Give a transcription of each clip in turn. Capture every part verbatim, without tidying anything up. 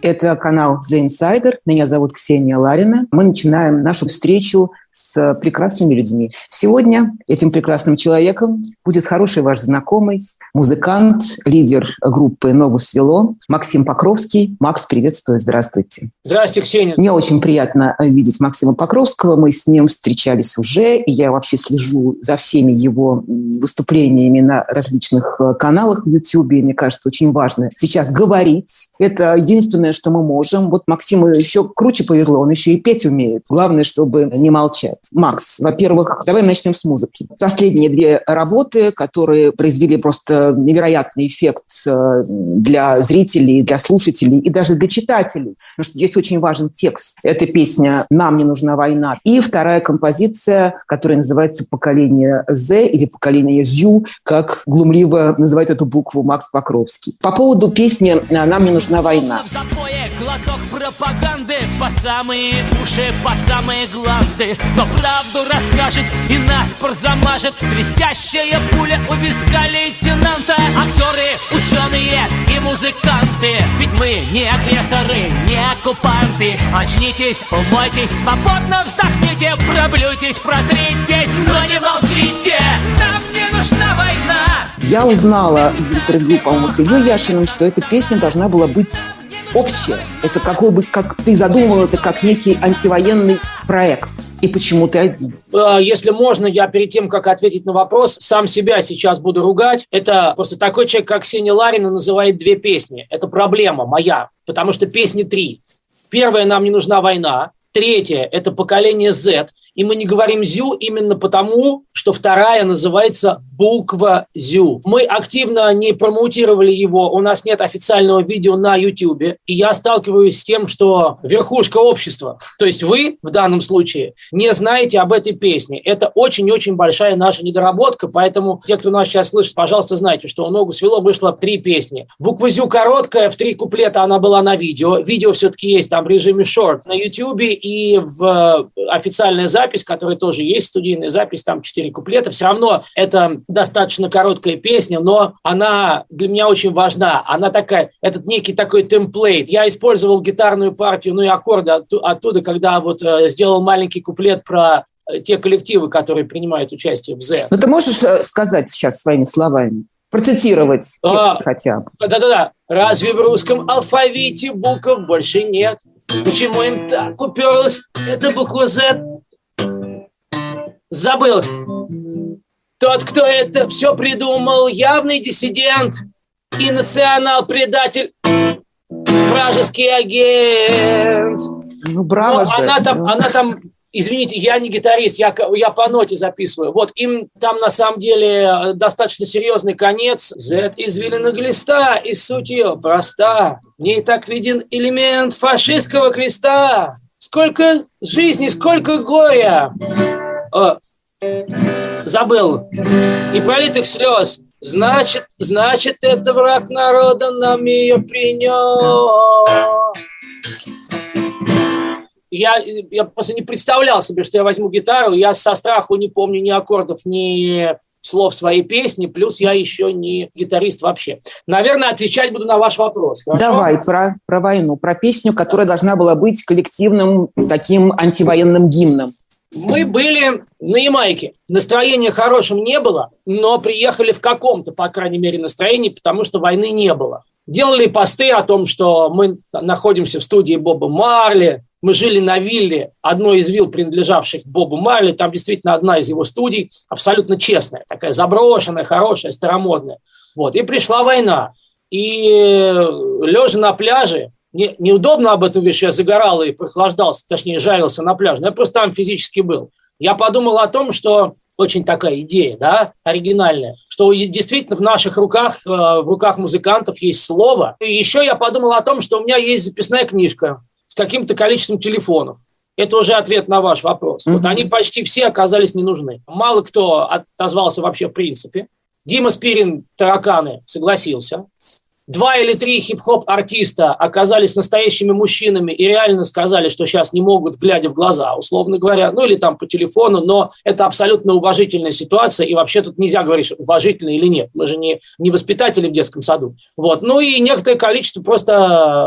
Это канал The Insider. Меня зовут Ксения Ларина. Мы начинаем нашу встречу с прекрасными людьми. Сегодня этим прекрасным человеком будет хороший ваш знакомый, музыкант, лидер группы «Ногу свело» Максим Покровский. Макс, приветствую, здравствуйте. Здравствуйте, Ксения. Мне очень приятно видеть Максима Покровского. Мы с ним встречались уже, и я вообще слежу за всеми его выступлениями на различных каналах в Ютьюбе. Мне кажется, очень важно сейчас говорить. Это единственное, что мы можем. Вот Максиму еще круче повезло, он еще и петь умеет. Главное, чтобы не молчать. Макс, во-первых, давай начнем с музыки. Последние две работы, которые произвели просто невероятный эффект для зрителей, для слушателей и даже для читателей, потому что здесь очень важен текст. Это песня «Нам не нужна война». И вторая композиция, которая называется «Поколение Z» или «Поколение Зю», как глумливо называет эту букву Макс Покровский. По поводу песни «Нам не нужна война». Глоток пропаганды по самые уши, по самые гланды. Но правду расскажет и наспор замажет свистящая пуля у виска лейтенанта. Актеры, ученые и музыканты, ведь мы не агрессоры, не оккупанты. Очнитесь, умойтесь, свободно вздохните, проблюйтесь, прозритесь, но не молчите. Нам не нужна война. Я узнала из интервью, по-моему, с Ильей Яшиным, что эта песня должна была быть общее. Это какой бы, как ты задумал, это как некий антивоенный проект. И почему ты один? Если можно, я перед тем, как ответить на вопрос, сам себя сейчас буду ругать. Это просто такой человек, как Ксения Ларина, называет две песни. Это проблема моя, потому что песни три. Первая «Нам не нужна война». Третья – это «Поколение Z». И мы не говорим «зю» именно потому, что вторая называется буква «зю». Мы активно не промоутировали его, у нас нет официального видео на Ютьюбе. И я сталкиваюсь с тем, что верхушка общества, то есть вы в данном случае, не знаете об этой песне. Это очень-очень большая наша недоработка, поэтому те, кто нас сейчас слышит, пожалуйста, знайте, что у «Ногу свело» вышло три песни. Буква «зю» короткая, в три куплета она была на видео. Видео все-таки есть там в режиме шорт на Ютьюбе и в официальной записи. Запись, которая тоже есть, студийная запись, там четыре куплета. Все равно это достаточно короткая песня, но она для меня очень важна. Она такая, этот некий такой темплейт. Я использовал гитарную партию, ну и аккорды от, оттуда, когда вот э, сделал маленький куплет про те коллективы, которые принимают участие в Z. Ну ты можешь сказать сейчас своими словами? Процитировать текст а, хотя бы. Да-да-да. Разве в русском алфавите букв больше нет? Почему им так уперлась эта буква Z? Забыл. Тот, кто это все придумал, явный диссидент и национал-предатель, вражеский агент. Ну, браво же. Она там, она там, извините, я не гитарист, я, я по ноте записываю. Вот им там на самом деле достаточно серьезный конец. Z извилина глиста, и суть ее проста. В ней так виден элемент фашистского креста. Сколько жизни, сколько горя. О, забыл. И пролитых слез. Значит, значит, это враг народа нам ее принес. Я, я просто не представлял себе, что я возьму гитару. Я со страху не помню ни аккордов, ни слов своей песни. Плюс я еще не гитарист вообще. Наверное, отвечать буду на ваш вопрос. Хорошо? Давай, про, про войну, про песню, которая должна была быть коллективным таким антивоенным гимном. Мы были на Ямайке. Настроения хорошим не было, но приехали в каком-то, по крайней мере, настроении, потому что войны не было. Делали посты о том, что мы находимся в студии Боба Марли. Мы жили на вилле, одной из вилл, принадлежавших Бобу Марли. Там действительно одна из его студий, абсолютно честная, такая заброшенная, хорошая, старомодная. Вот. И пришла война. И лежа на пляже, Не, неудобно об этом говорить, что я загорал и прохлаждался, точнее, жарился на пляже. Но я просто там физически был. Я подумал о том, что очень такая идея, да, оригинальная, что действительно в наших руках, в руках музыкантов есть слово. И еще я подумал о том, что у меня есть записная книжка с каким-то количеством телефонов. Это уже ответ на ваш вопрос. Mm-hmm. Вот они почти все оказались не нужны. Мало кто отозвался вообще в принципе. Дима Спирин, «Тараканы», согласился. Два или три хип-хоп-артиста оказались настоящими мужчинами и реально сказали, что сейчас не могут, глядя в глаза, условно говоря, ну или там по телефону, но это абсолютно уважительная ситуация, и вообще тут нельзя говорить, уважительно или нет. Мы же не, не воспитатели в детском саду. Вот. Ну и некоторое количество просто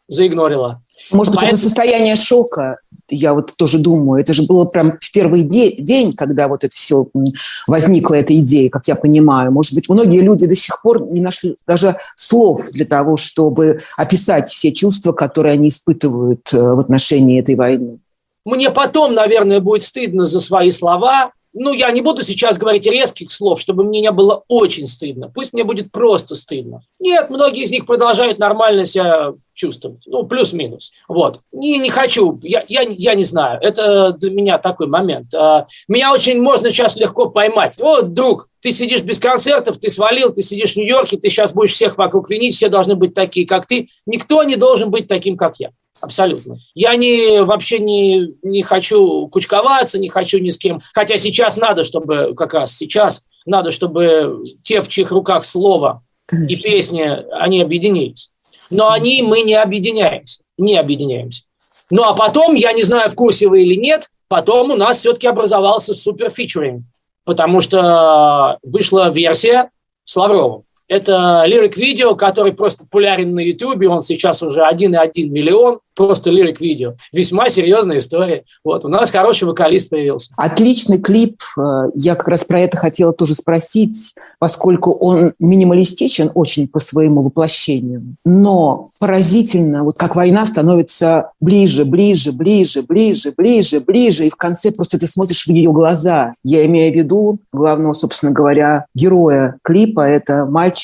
заигнорила. Может быть, Поэтому... это состояние шока, я вот тоже думаю. Это же было прям в первый де- день, когда вот это все возникла, эта идея, как я понимаю. Может быть, многие люди до сих пор не нашли даже слов для того, чтобы описать все чувства, которые они испытывают в отношении этой войны. Мне потом, наверное, будет стыдно за свои слова. Ну, я не буду сейчас говорить резких слов, чтобы мне не было очень стыдно. Пусть мне будет просто стыдно. Нет, многие из них продолжают нормально себя чувствовать. Ну, плюс-минус. Вот. Не, не хочу. Я, я, я не знаю. Это для меня такой момент. Меня очень можно сейчас легко поймать. О, друг, ты сидишь без концертов, ты свалил, ты сидишь в Нью-Йорке, ты сейчас будешь всех вокруг винить, все должны быть такие, как ты. Никто не должен быть таким, как я. Абсолютно. Я не, вообще не, не хочу кучковаться, не хочу ни с кем. Хотя сейчас надо, чтобы, как раз сейчас, надо, чтобы те, в чьих руках слово Конечно. И песни, они объединились. Но они, мы не объединяемся. Не объединяемся. Ну, а потом, я не знаю, в курсе вы или нет, потом у нас все-таки образовался супер-фичеринг. Потому что вышла версия с Лавровым. Это лирик-видео, который просто популярен на Ютубе. Он сейчас уже один и один миллион. Просто лирик-видео. Весьма серьезная история. Вот, у нас хороший вокалист появился. Отличный клип. Я как раз про это хотела тоже спросить, поскольку он минималистичен очень по своему воплощению. Но поразительно, вот как война становится ближе, ближе, ближе, ближе, ближе, ближе. И в конце просто ты смотришь в ее глаза. Я имею в виду главного, собственно говоря, героя клипа. Это мальчик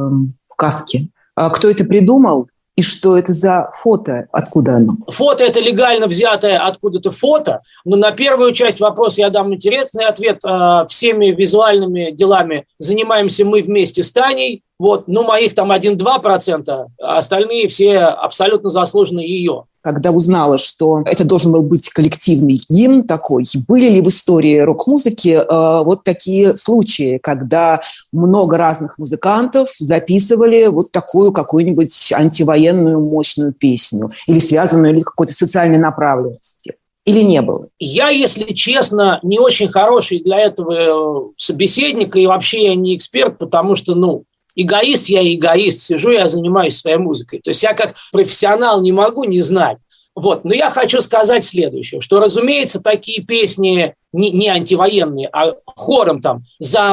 в каске. А кто это придумал? И что это за фото? Откуда оно? Фото – это легально взятое откуда-то фото. Но на первую часть вопроса я дам интересный ответ. Всеми визуальными делами занимаемся мы вместе с Таней. Вот. Ну, моих там один-два процента, а остальные все абсолютно заслуженно ее. Когда узнала, что это должен был быть коллективный гимн такой, были ли в истории рок-музыки э, вот такие случаи, когда много разных музыкантов записывали вот такую какую-нибудь антивоенную мощную песню или связанную с какой-то социальной направленностью? Или не было? Я, если честно, не очень хороший для этого собеседник, и вообще я не эксперт, потому что, ну, эгоист я эгоист, сижу я занимаюсь своей музыкой. То есть я как профессионал не могу не знать. Вот. Но я хочу сказать следующее, что, разумеется, такие песни не, не антивоенные, а хором там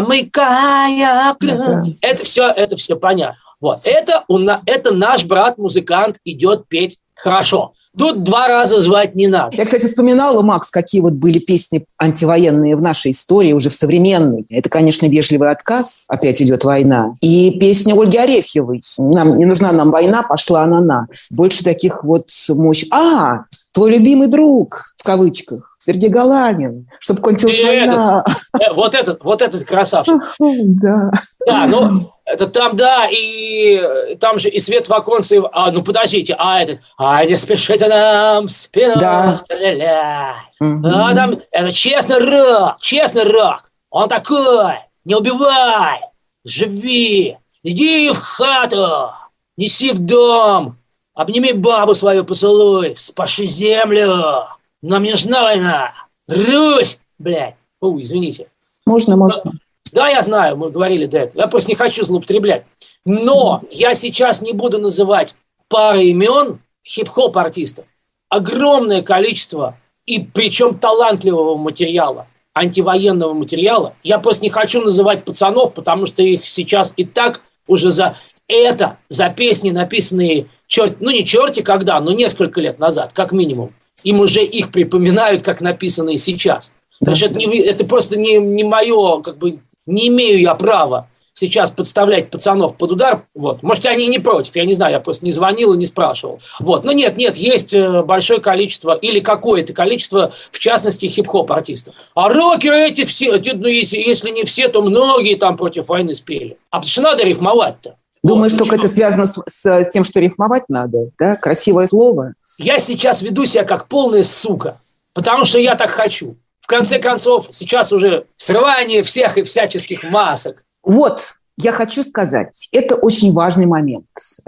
«Замыкая ключ», это все, это все понятно. Вот. Это, у на, это наш брат-музыкант идет петь хорошо. Тут два раза звать не надо. Я, кстати, вспоминала, Макс, какие вот были песни антивоенные в нашей истории, уже в современной. Это, конечно, «Вежливый отказ», «Опять идет война». И песня Ольги Арефьевой «Нам не нужна нам война, пошла она на». Больше таких вот мощь. А, твой любимый друг, в кавычках, Сергей Галанин, чтобы кончилась война. Этот, вот этот, вот этот красавчик. Да. Да, ну, это там, да, и там же и свет в оконце, а, ну, подождите, а этот, а не спешите нам в спину да. стрелять. Угу. А там, это честный рок, честный рок. Он такой, не убивай, живи, иди в хату, неси в дом, обними бабу свою, поцелуй, спаши землю. Нам не нужна война. Русь, блядь. Ой, извините. Можно, можно. Да, я знаю, мы говорили до этого. Я просто не хочу злоупотреблять. Но я сейчас не буду называть пары имен хип-хоп артистов. Огромное количество, и причем талантливого материала, антивоенного материала. Я просто не хочу называть пацанов, потому что их сейчас и так уже за это, за песни, написанные, черт, ну не черти когда, но несколько лет назад, как минимум. Им уже их припоминают, как написанные сейчас. Потому что это, не, это просто не, не мое, как бы, не имею я права сейчас подставлять пацанов под удар. Вот. Может, они не против, я не знаю, я просто не звонил и не спрашивал. Вот. Но нет, нет, есть большое количество, или какое-то количество, в частности, хип-хоп артистов. А рокеры эти все, ну, если, если не все, то многие там против войны спели. А потому что надо рифмовать-то. Думаешь, вот, только это связано с, с тем, что рифмовать надо, да? Красивое слово. Я сейчас веду себя как полная сука, потому что я так хочу. В конце концов, сейчас уже срывание всех и всяческих масок. Вот, я хочу сказать, это очень важный момент.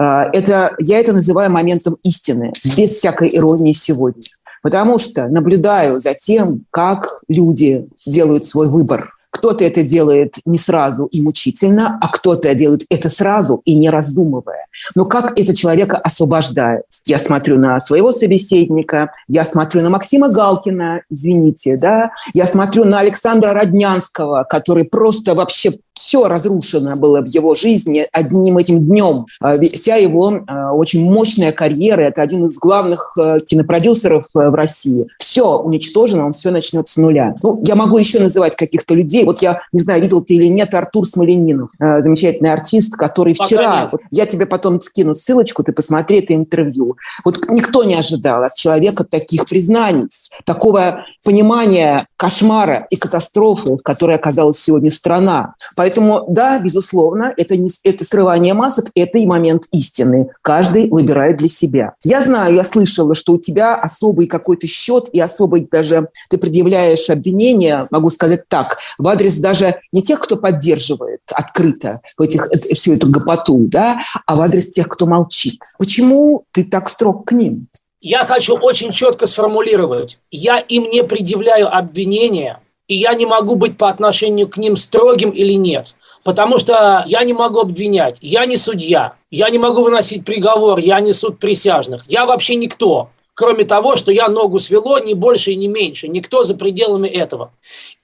Это, я это называю моментом истины, без всякой иронии сегодня. Потому что наблюдаю за тем, как люди делают свой выбор. кто-то это делает не сразу и мучительно, а кто-то делает это сразу и не раздумывая. Но как это человека освобождает? Я смотрю на своего собеседника, я смотрю на Максима Галкина, извините, да, я смотрю на Александра Роднянского, который просто вообще... Все разрушено было в его жизни одним этим днем. Вся его очень мощная карьера, это один из главных кинопродюсеров в России. Все уничтожено, он все начнет с нуля. Ну, я могу еще называть каких-то людей. Вот я, не знаю, видел ты или нет, Артур Смоленинов, замечательный артист, который вчера... Вот я тебе потом скину ссылочку, ты посмотри это интервью. Вот никто не ожидал от человека таких признаний, такого понимания кошмара и катастрофы, в которой оказалась сегодня страна. Поэтому, да, безусловно, это, не, это срывание масок, это и момент истины. Каждый выбирает для себя. Я знаю, я слышала, что у тебя особый какой-то счет и особый даже ты предъявляешь обвинения, могу сказать так, в адрес даже не тех, кто поддерживает открыто в этих, всю эту гопоту, да, а в адрес тех, кто молчит. Почему ты так строг к ним? Я хочу очень четко сформулировать. Я им не предъявляю обвинения, и я не могу быть по отношению к ним строгим или нет. Потому что я не могу обвинять. Я не судья. Я не могу выносить приговор. Я не суд присяжных. Я вообще никто. Кроме того, что я ногу свело, ни больше и не меньше. Никто за пределами этого.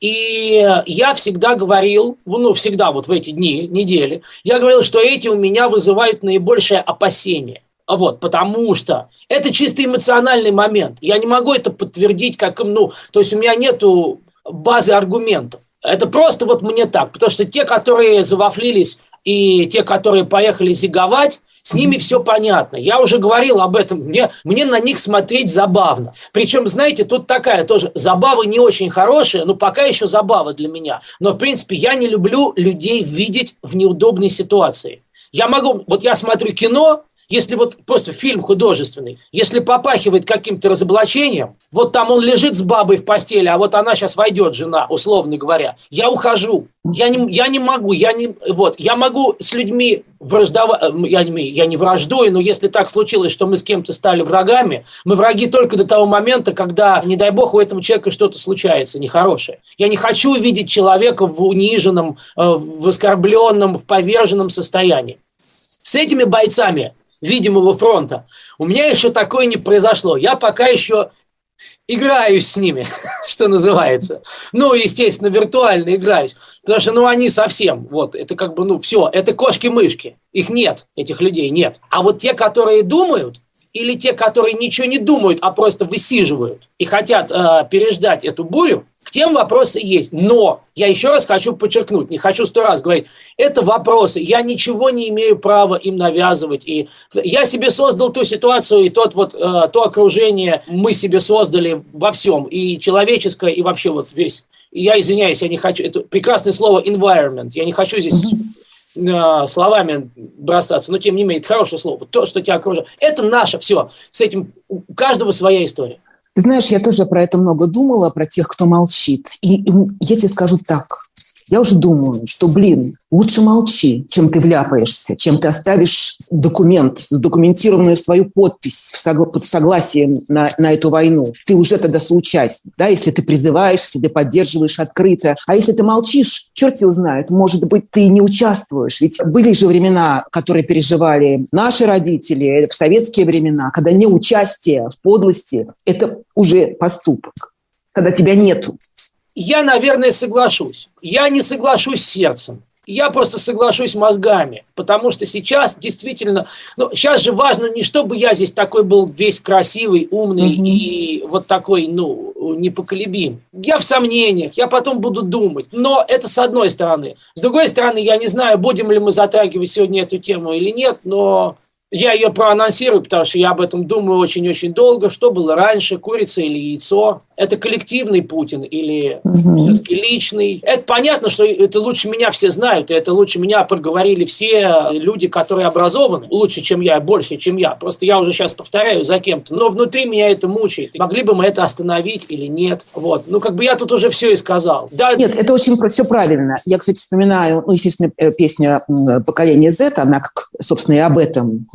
И я всегда говорил, ну, всегда вот в эти дни, недели, я говорил, что эти у меня вызывают наибольшее опасение. Вот, потому что это чисто эмоциональный момент. Я не могу это подтвердить, как, ну, то есть у меня нету базы аргументов. Это просто вот мне так. Потому что те, которые завафлились, и те, которые поехали зиговать, с ними все понятно. Я уже говорил об этом. Мне, мне на них смотреть забавно. Причем, знаете, тут такая тоже забава не очень хорошая, но пока еще забава для меня. Но, в принципе, я не люблю людей видеть в неудобной ситуации. Я могу... Вот я смотрю кино... Если вот просто фильм художественный, если попахивает каким-то разоблачением, вот там он лежит с бабой в постели, а вот она сейчас войдет, жена, условно говоря, я ухожу. Я не, я не могу, я не, вот, я могу с людьми враждовать, я не, я не враждую, но если так случилось, что мы с кем-то стали врагами, мы враги только до того момента, когда, не дай бог, у этого человека что-то случается нехорошее. Я не хочу видеть человека в униженном, в оскорбленном, в поверженном состоянии. С этими бойцами видимого фронта у меня еще такое не произошло. Я пока еще играюсь с ними, что называется. Ну, естественно, виртуально играюсь. Потому что, ну, они совсем, вот, это как бы, ну, все, это кошки-мышки. Их нет, этих людей нет. А вот те, которые думают, или те, которые ничего не думают, а просто высиживают и хотят э, переждать эту бурю, к тем вопросы есть. Но я еще раз хочу подчеркнуть, не хочу сто раз говорить, это вопросы. Я ничего не имею права им навязывать. И я себе создал ту ситуацию и тот вот, э, то окружение мы себе создали во всем. И человеческое, и вообще вот весь. И я извиняюсь, я не хочу... Это прекрасное слово environment. Я не хочу здесь... словами бросаться, но тем не менее, это хорошее слово. То, что тебя окружает, это наше все. С этим у каждого своя история. Ты знаешь, я тоже про это много думала, про тех, кто молчит. И, и я тебе скажу так. Я уже думаю, что, блин, лучше молчи, чем ты вляпаешься, чем ты оставишь документ, задокументированную свою подпись в согла- под согласием на, на эту войну. Ты уже тогда соучастник, да, если ты призываешься, ты поддерживаешь открыто. А если ты молчишь, черт его знает, может быть, ты не участвуешь. Ведь были же времена, которые переживали наши родители в советские времена, когда неучастие в подлости – это уже поступок, когда тебя нету. Я, наверное, соглашусь. Я не соглашусь сердцем. Я просто соглашусь мозгами. Потому что сейчас действительно... Ну, сейчас же важно не чтобы я здесь такой был весь красивый, умный mm-hmm. и вот такой, ну, непоколебим. Я в сомнениях, я потом буду думать. Но это с одной стороны. С другой стороны, я не знаю, будем ли мы затрагивать сегодня эту тему или нет, но... Я ее проанонсирую, потому что я об этом думаю очень-очень долго. Что было раньше, курица или яйцо? Это коллективный Путин или угу. все-таки личный? Это понятно, что это лучше меня все знают, и это лучше меня проговорили все люди, которые образованы. Лучше, чем я, больше, чем я. Просто я уже сейчас повторяю за кем-то. Но внутри меня это мучает. Могли бы мы это остановить или нет? Вот. Ну, как бы я тут уже все и сказал. Да. Нет, это очень все правильно. Я, кстати, вспоминаю, ну, естественно, песня «Поколение Z», она, как, собственно, и об этом.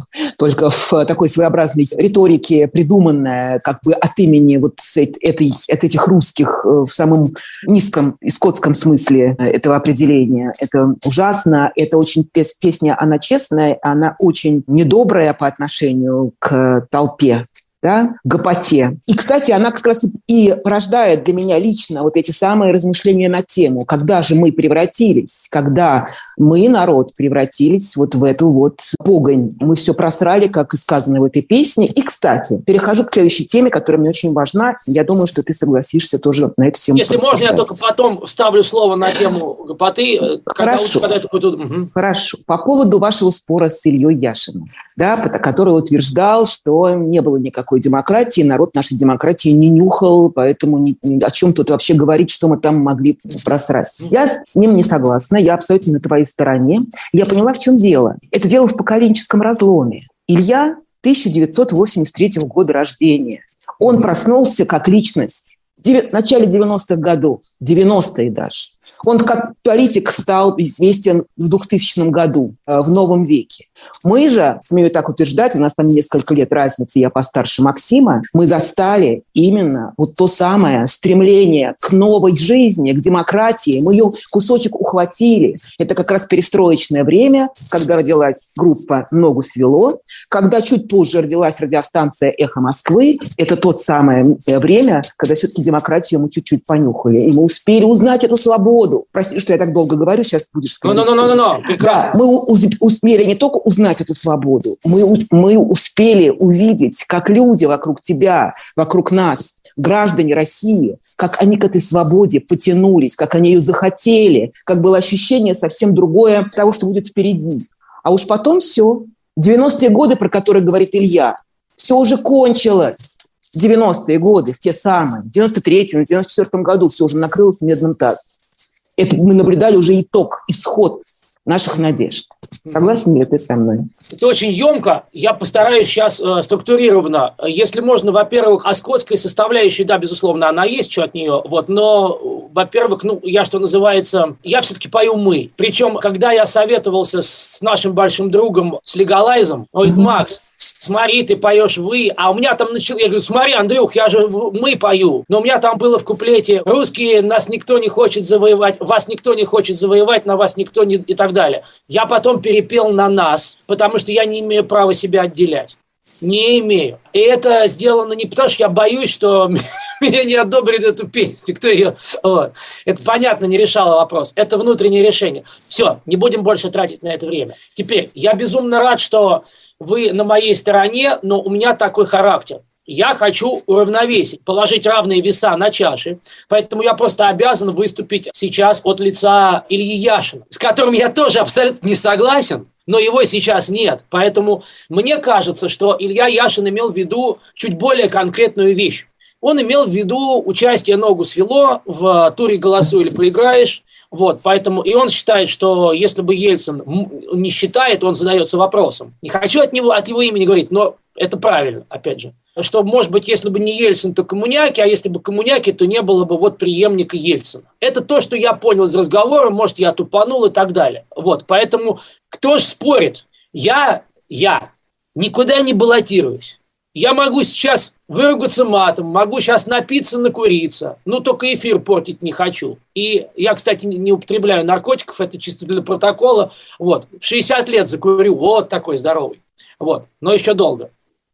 только в такой своеобразной риторике, придуманная как бы от имени вот этой, от этих русских в самом низком и скотском смысле этого определения. Это ужасно, это очень песня, она честная, она очень недобрая по отношению к толпе. Да, гопоте. И, кстати, она как раз и порождает для меня лично вот эти самые размышления на тему, когда же мы превратились, когда мы, народ, превратились вот в эту вот погонь. Мы все просрали, как и сказано в этой песне. И, кстати, перехожу к следующей теме, которая мне очень важна. Я думаю, что ты согласишься тоже на эту тему. Если можно, я только потом вставлю слово на тему гопоты. Хорошо. Когда когда угу. Хорошо. По поводу вашего спора с Ильей Яшиным, да, который утверждал, что не было никакой демократии, народ нашей демократии не нюхал, поэтому ни, ни, о чем тут вообще говорить, что мы там могли просрать. Я с ним не согласна, я абсолютно на твоей стороне. Я поняла, в чем дело. Это дело в поколенческом разломе. Илья тысяча девятьсот восемьдесят третьего года рождения. Он проснулся как личность в начале девяностых годов, девяностые даже. Он как политик стал известен в двухтысячном году, в новом веке. Мы же, смею так утверждать, у нас там несколько лет разницы, я постарше Максима, мы застали именно вот то самое стремление к новой жизни, к демократии. Мы ее кусочек ухватили. Это как раз перестроечное время, когда родилась группа «Ногу свело», когда чуть позже родилась радиостанция «Эхо Москвы». Это то самое время, когда все-таки демократию мы чуть-чуть понюхали. И мы успели узнать эту свободу. Прости, что я так долго говорю, сейчас будешь сказать. Ну-ну-ну-ну-ну, прекрасно. Да, мы успели не только узнать эту свободу, мы, мы успели увидеть, как люди вокруг тебя, вокруг нас, граждане России, как они к этой свободе потянулись, как они ее захотели, как было ощущение совсем другое того, что будет впереди. А уж потом все. девяностые годы, про которые говорит Илья, все уже кончилось. девяностые годы, в те самые, в девяносто третьем, в девяносто четвёртом году все уже накрылось медным тазом. Это мы наблюдали уже итог, исход наших надежд. Согласен ли ты со мной? Это очень емко. Я постараюсь сейчас э, структурированно. Если можно, во-первых, о скотской составляющей, да, безусловно, она есть, что от нее. Вот, но, во-первых, ну, я, что называется, я все-таки пою «мы». Причем, когда я советовался с нашим большим другом, с Легалайзом, он говорит: Макс, смотри, ты поешь «вы», а у меня там начал... Я говорю: смотри, Андрюх, я же «мы» пою. Но у меня там было в куплете: русские, нас никто не хочет завоевать, вас никто не хочет завоевать, на вас никто не... и так далее. Я потом перепел на «нас», потому что я не имею права себя отделять. Не имею. И это сделано не потому, что я боюсь, что меня не одобрят эту песню. Кто ее... Вот. Это, понятно, не решало вопрос. Это внутреннее решение. Все, не будем больше тратить на это время. Теперь, я безумно рад, что вы на моей стороне, но у меня такой характер. Я хочу уравновесить, положить равные веса на чаши, поэтому я просто обязан выступить сейчас от лица Ильи Яшина, с которым я тоже абсолютно не согласен, но его сейчас нет. Поэтому мне кажется, что Илья Яшин имел в виду чуть более конкретную вещь. Он имел в виду участие «Ногу свело» в туре «Голосуй или проиграешь». Вот, поэтому и он считает, что если бы Ельцин не считает, он задается вопросом. Не хочу от него, от его имени говорить, но это правильно, опять же. Что, может быть, если бы не Ельцин, то коммуняки, а если бы коммуняки, то не было бы вот преемника Ельцина. Это то, что я понял из разговора, может, я тупанул и так далее. Вот, поэтому кто ж спорит? Я, я никуда не баллотируюсь. Я могу сейчас выругаться матом, могу сейчас напиться, накуриться, но только эфир портить не хочу. И я, кстати, не употребляю наркотиков, это чисто для протокола. Вот, в шестьдесят лет закурю, вот такой здоровый. Вот, но еще долго.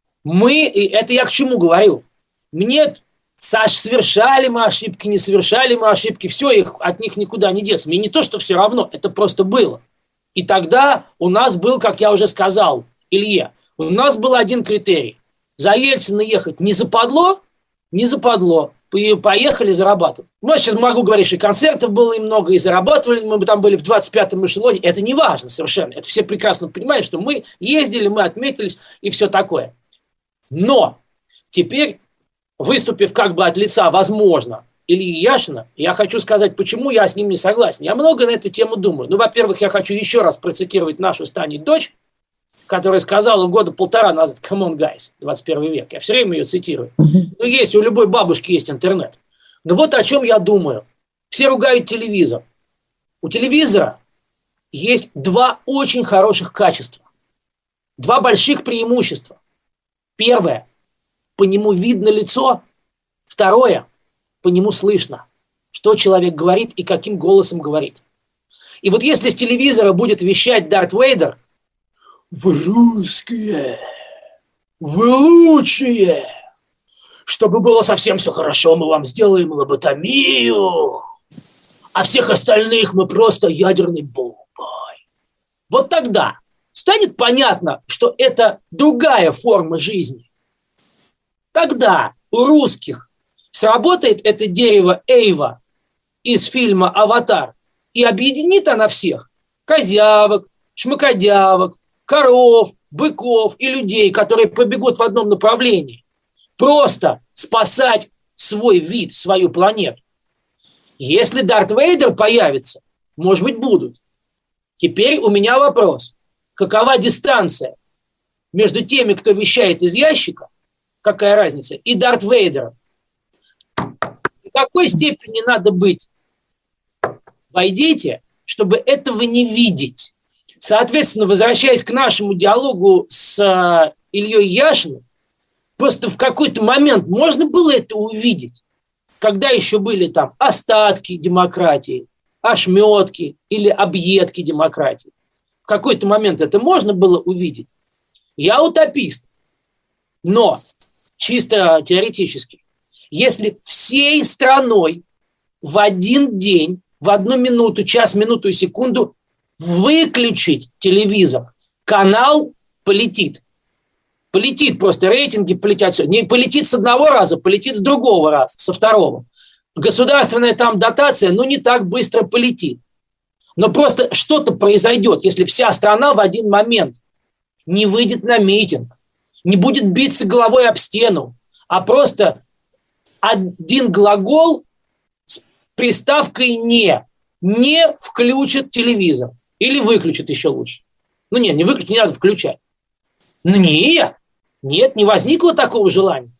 Мы, и это я к чему говорю? Мне, Саш, совершали мы ошибки, не совершали мы ошибки, все, их, от них никуда не деться. Мне не то, что все равно, это просто было. И тогда у нас был, как я уже сказал, Илье, у нас был один критерий. За Ельцина ехать не западло, не западло. Поехали зарабатывать. Ну, я сейчас могу говорить, что и концертов было немного, и зарабатывали мы там были в двадцать пятом эшелоне. Это не важно совершенно. Это все прекрасно понимают, что мы ездили, мы отметились и все такое. Но теперь, выступив как бы от лица, возможно, Ильи Яшина, я хочу сказать, почему я с ним не согласен. Я много на эту тему думаю. Ну, во-первых, я хочу еще раз процитировать нашу с Таней дочь, которая сказала года полтора назад: «Come on, guys», двадцать первый век. Я все время ее цитирую. Ну, есть, у любой бабушки есть интернет. Но вот о чем я думаю. Все ругают телевизор. У телевизора есть два очень хороших качества. Два больших преимущества. Первое. По нему видно лицо. Второе. По нему слышно, что человек говорит и каким голосом говорит. И вот если с телевизора будет вещать Дарт Вейдер: «Вы русские, вы лучшие, чтобы было совсем все хорошо, мы вам сделаем лоботомию, а всех остальных мы просто ядерный бомбой». Вот тогда станет понятно, что это другая форма жизни. Тогда у русских сработает это дерево Эйва из фильма «Аватар», и объединит она всех – козявок, шмакодявок, коров, быков и людей, которые побегут в одном направлении. Просто спасать свой вид, свою планету. Если Дарт Вейдер появится, может быть, будут. Теперь у меня вопрос. Какова дистанция между теми, кто вещает из ящика, какая разница, и Дарт Вейдером? В какой степени надо быть в айдите, чтобы этого не видеть? Соответственно, возвращаясь к нашему диалогу с э, Ильей Яшиным, просто в какой-то момент можно было это увидеть, когда еще были там остатки демократии, ошметки или объедки демократии. В какой-то момент это можно было увидеть. Я утопист, но чисто теоретически, если всей страной в один день, в одну минуту, час, минуту и секунду выключить телевизор, канал полетит. Полетит просто, рейтинги полетят. Все. Не полетит с одного раза, полетит с другого раза, со второго. Государственная там дотация, ну, не так быстро полетит. Но просто что-то произойдет, если вся страна в один момент не выйдет на митинг, не будет биться головой об стену, а просто один глагол с приставкой «не». Не включит телевизор. Или выключит еще лучше. Ну нет, не выключит, не надо включать. Нет, нет, не возникло такого желания.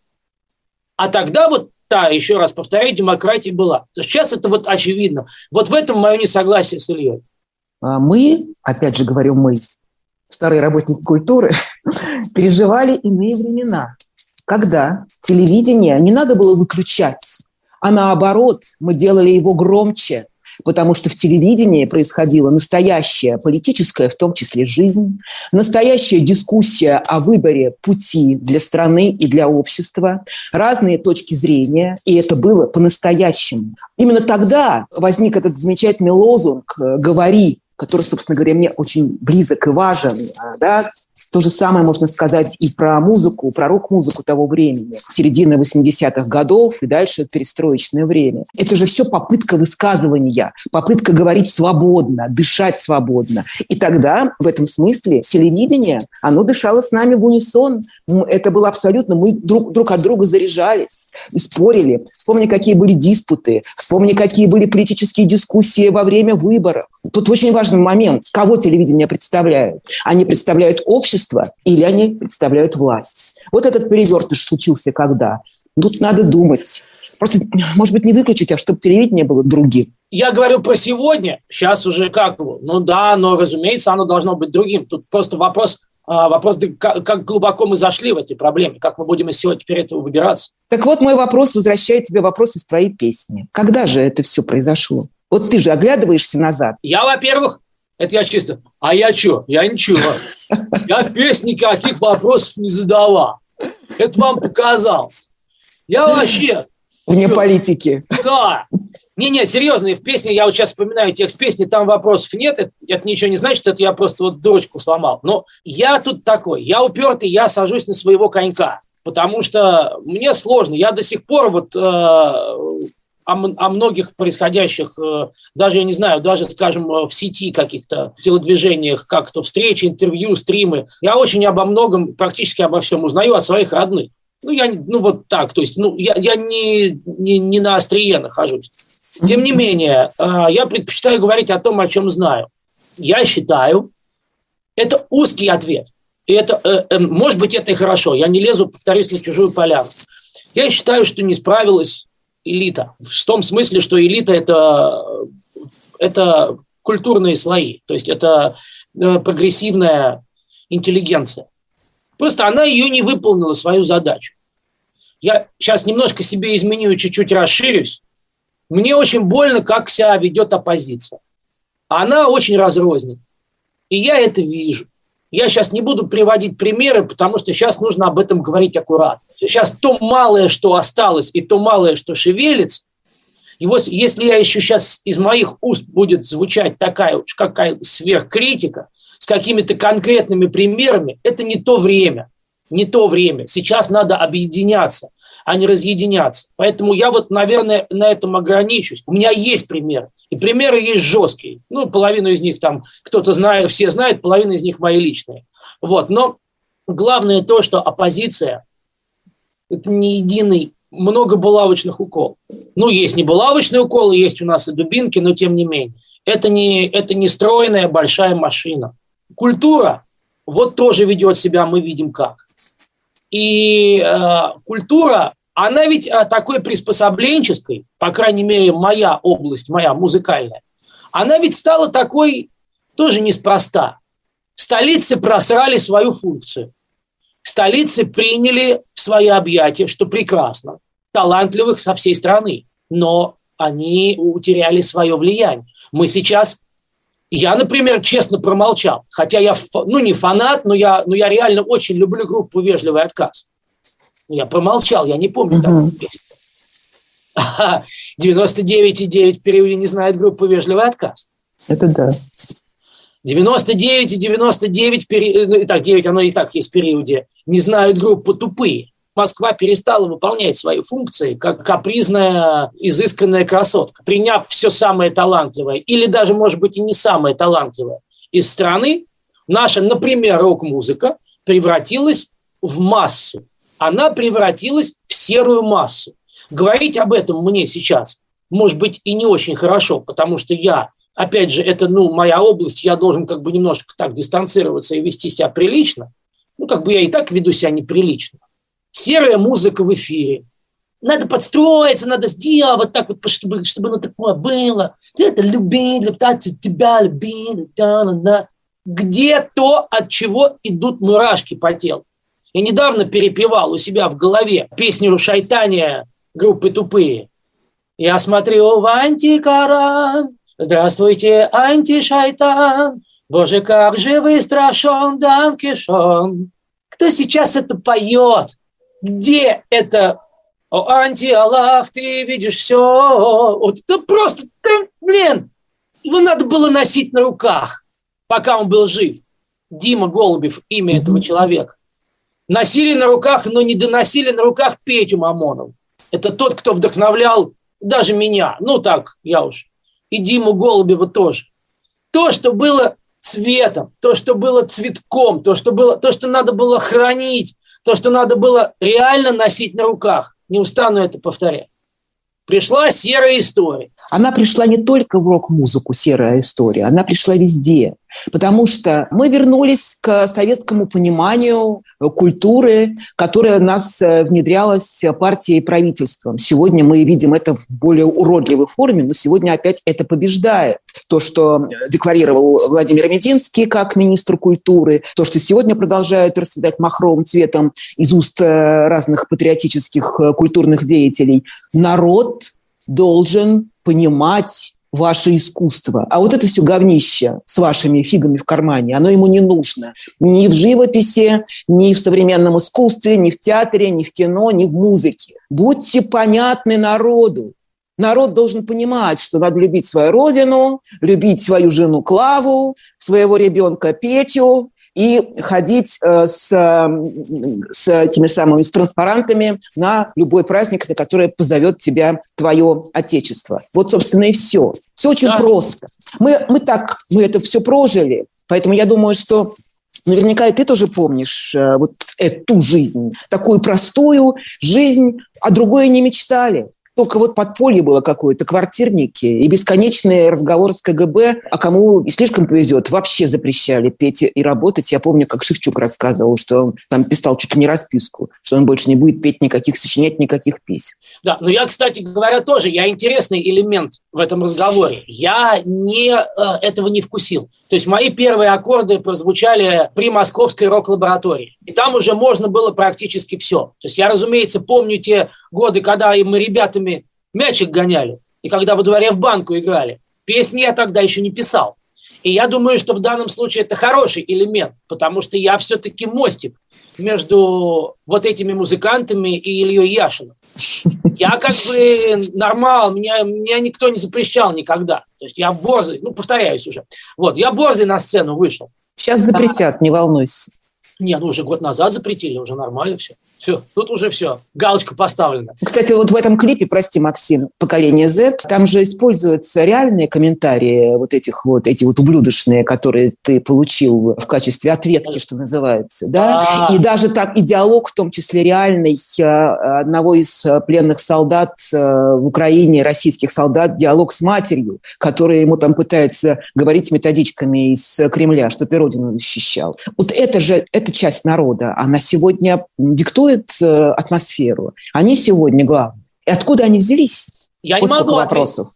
А тогда вот, да, еще раз повторяю, демократия была. Сейчас это вот очевидно. Вот в этом мое несогласие с Ильей. Мы, опять же говорю мы, старые работники культуры, переживали иные времена, когда телевидение не надо было выключать, а наоборот, мы делали его громче, потому что в телевидении происходила настоящая политическая, в том числе, жизнь, настоящая дискуссия о выборе пути для страны и для общества, разные точки зрения, и это было по-настоящему. Именно тогда возник этот замечательный лозунг «Говори», который, собственно говоря, мне очень близок и важен. Да? То же самое можно сказать и про музыку, про рок-музыку того времени, середины восьмидесятых годов и дальше перестроечное время. Это же все попытка высказывания, попытка говорить свободно, дышать свободно. И тогда, в этом смысле, телевидение, оно дышало с нами в унисон. Это было абсолютно... Мы друг, друг от друга заряжались и спорили. Вспомни, какие были диспуты, вспомни, какие были политические дискуссии во время выборов. Тут очень важный момент. Кого телевидение представляет? Они представляют общество или они представляют власть? Вот этот перевертыш случился когда? Тут надо думать. Просто, может быть, не выключить, а чтобы телевидение было другим. Я говорю про сегодня. Сейчас уже как его? Ну да, но, разумеется, оно должно быть другим. Тут просто вопрос, вопрос как глубоко мы зашли в эти проблемы, как мы будем из всего теперь этого выбираться. Так вот, мой вопрос возвращает тебе вопрос из твоей песни. Когда же это все произошло? Вот ты же оглядываешься назад. Я, во-первых, это я чисто. А я что? Я ничего. Я в песне никаких вопросов не задавал. Это вам показалось. Я вообще... Вне чё? Политики. Да. Не-не, серьезно, в песне, я вот сейчас вспоминаю текст песни, там вопросов нет, это, это ничего не значит, это я просто вот дурочку сломал. Но я тут такой, я упертый, я сажусь на своего конька, потому что мне сложно. Я до сих пор вот... Э, О, о многих происходящих, даже, я не знаю, даже, скажем, в сети каких-то телодвижениях, как то встречи, интервью, стримы. Я очень обо многом, практически обо всем узнаю от своих родных. Ну, я, ну вот так, то есть, ну, я, я не, не, не на острие нахожусь. Тем не менее, я предпочитаю говорить о том, о чем знаю. Я считаю, это узкий ответ. И это, может быть, это и хорошо. Я не лезу, повторюсь, на чужую поляну. Я считаю, что не справилась элита. В том смысле, что элита это, – это культурные слои. То есть это прогрессивная интеллигенция. Просто она ее не выполнила, свою задачу. Я сейчас немножко себе изменю и чуть-чуть расширюсь. Мне очень больно, как себя ведет оппозиция. Она очень разрознена. И я это вижу. Я сейчас не буду приводить примеры, потому что сейчас нужно об этом говорить аккуратно. Сейчас то малое, что осталось, и то малое, что шевелится, и вот если я еще сейчас из моих уст будет звучать такая уж какая сверхкритика с какими-то конкретными примерами, это не то время. Не то время. Сейчас надо объединяться, а не разъединяться. Поэтому я вот, наверное, на этом ограничусь. У меня есть примеры. И примеры есть жесткие. Ну, половину из них там кто-то знает, все знают, половина из них мои личные. Вот. Но главное то, что оппозиция – это не единый, много булавочных уколов. Ну, есть не булавочные уколы, есть у нас и дубинки, но тем не менее. Это не, это не стройная большая машина. Культура вот тоже ведет себя, мы видим как. И э, культура, она ведь э, такой приспособленческой, по крайней мере, моя область, моя музыкальная, она ведь стала такой тоже неспроста. Столицы просрали свою функцию. Столицы приняли в свои объятия, что прекрасно, талантливых со всей страны, но они утеряли свое влияние. Мы сейчас... Я, например, честно промолчал, хотя я, ну, не фанат, но я, но я реально очень люблю группу «Вежливый отказ». Я промолчал, я не помню такую песню. девяносто девять и девять в периоде не знает группу «Вежливый отказ». Это да. девяносто девять и девяносто девять, ну, так, девять, оно и так есть в периоде, не знают группу «Тупые». Москва перестала выполнять свои функции как капризная, изысканная красотка, приняв все самое талантливое, или даже, может быть, и не самое талантливое из страны, наша, например, рок-музыка превратилась в массу. Она превратилась в серую массу. Говорить об этом мне сейчас, может быть, и не очень хорошо, потому что я, опять же, это, ну, моя область, я должен как бы немножко так дистанцироваться и вести себя прилично. Ну, как бы я и так веду себя неприлично. Серая музыка в эфире. Надо подстроиться, надо сделать вот так вот, чтобы, чтобы оно такое было. Это любить, тебя любить. Где то, от чего идут мурашки по телу. Я недавно перепевал у себя в голове песню «Шайтания» группы «Тупые». Я смотрю в антикоран. Здравствуйте, антишайтан. Боже, как же вы страшен, Дан Кишон. Кто сейчас это поет? Где это? О, анти-Аллах, ты видишь все. Вот это просто, блин, его надо было носить на руках, пока он был жив. Дима Голубев, имя mm-hmm. этого человека. Носили на руках, но не доносили на руках Петю Мамонову. Это тот, кто вдохновлял даже меня. Ну так, я уж. И Диму Голубева тоже. То, что было цветом, то, что было цветком, то, что, было, то, что надо было хранить, то, что надо было реально носить на руках. Не устану это повторять. Пришла серая история. Она пришла не только в рок-музыку, серая история, она пришла везде. Потому что мы вернулись к советскому пониманию культуры, которая у нас внедрялась партией и правительством. Сегодня мы видим это в более уродливой форме, но сегодня опять это побеждает. То, что декларировал Владимир Мединский как министр культуры, то, что сегодня продолжает расцветать махровым цветом из уст разных патриотических культурных деятелей. Народ должен понимать ваше искусство. А вот это все говнище с вашими фигами в кармане, оно ему не нужно. Ни в живописи, ни в современном искусстве, ни в театре, ни в кино, ни в музыке. Будьте понятны народу. Народ должен понимать, что надо любить свою родину, любить свою жену Клаву, своего ребенка Петю, и ходить э, с, с этими самыми с транспарантами на любой праздник, на который позовет тебя твое отечество. Вот, собственно, и все. Все очень да. просто. Мы, мы так, мы это все прожили, поэтому я думаю, что наверняка и ты тоже помнишь э, вот эту жизнь, такую простую жизнь, а другое не мечтали. Только вот подполье было какое-то, квартирники и бесконечные разговоры с ка гэ бэ, а кому слишком повезет, вообще запрещали петь и работать. Я помню, как Шевчук рассказывал, что он там писал чуть ли не расписку, что он больше не будет петь никаких, сочинять никаких песен. Да, но я, кстати говоря, тоже, я интересный элемент в этом разговоре. Я не, этого не вкусил. То есть мои первые аккорды прозвучали при Московской рок-лаборатории. И там уже можно было практически все. То есть я, разумеется, помню те годы, когда мы ребятами мячик гоняли, и когда во дворе в банку играли. Песни я тогда еще не писал. И я думаю, что в данном случае это хороший элемент, потому что я все-таки мостик между вот этими музыкантами и Ильей Яшиным. Я как бы нормал, меня, меня никто не запрещал никогда. То есть я борзый, ну, повторяюсь уже. Вот, я борзый на сцену вышел. Сейчас запретят, да. Не волнуйся. Не, ну уже год назад запретили, уже нормально все. Все, тут уже все, галочка поставлена. Кстати, вот в этом клипе, прости, Максим, «Поколение Z», там же используются реальные комментарии вот этих вот, эти вот ублюдочные, которые ты получил в качестве ответки, что называется, да? А-а-а. И даже так и диалог, в том числе реальный, одного из пленных солдат в Украине, российских солдат, диалог с матерью, которая ему там пытается говорить методичками из Кремля, что ты родину защищал. Вот это же эта часть народа, она сегодня диктует э, атмосферу. Они сегодня главные. И откуда они взялись? Я не могу вопросов.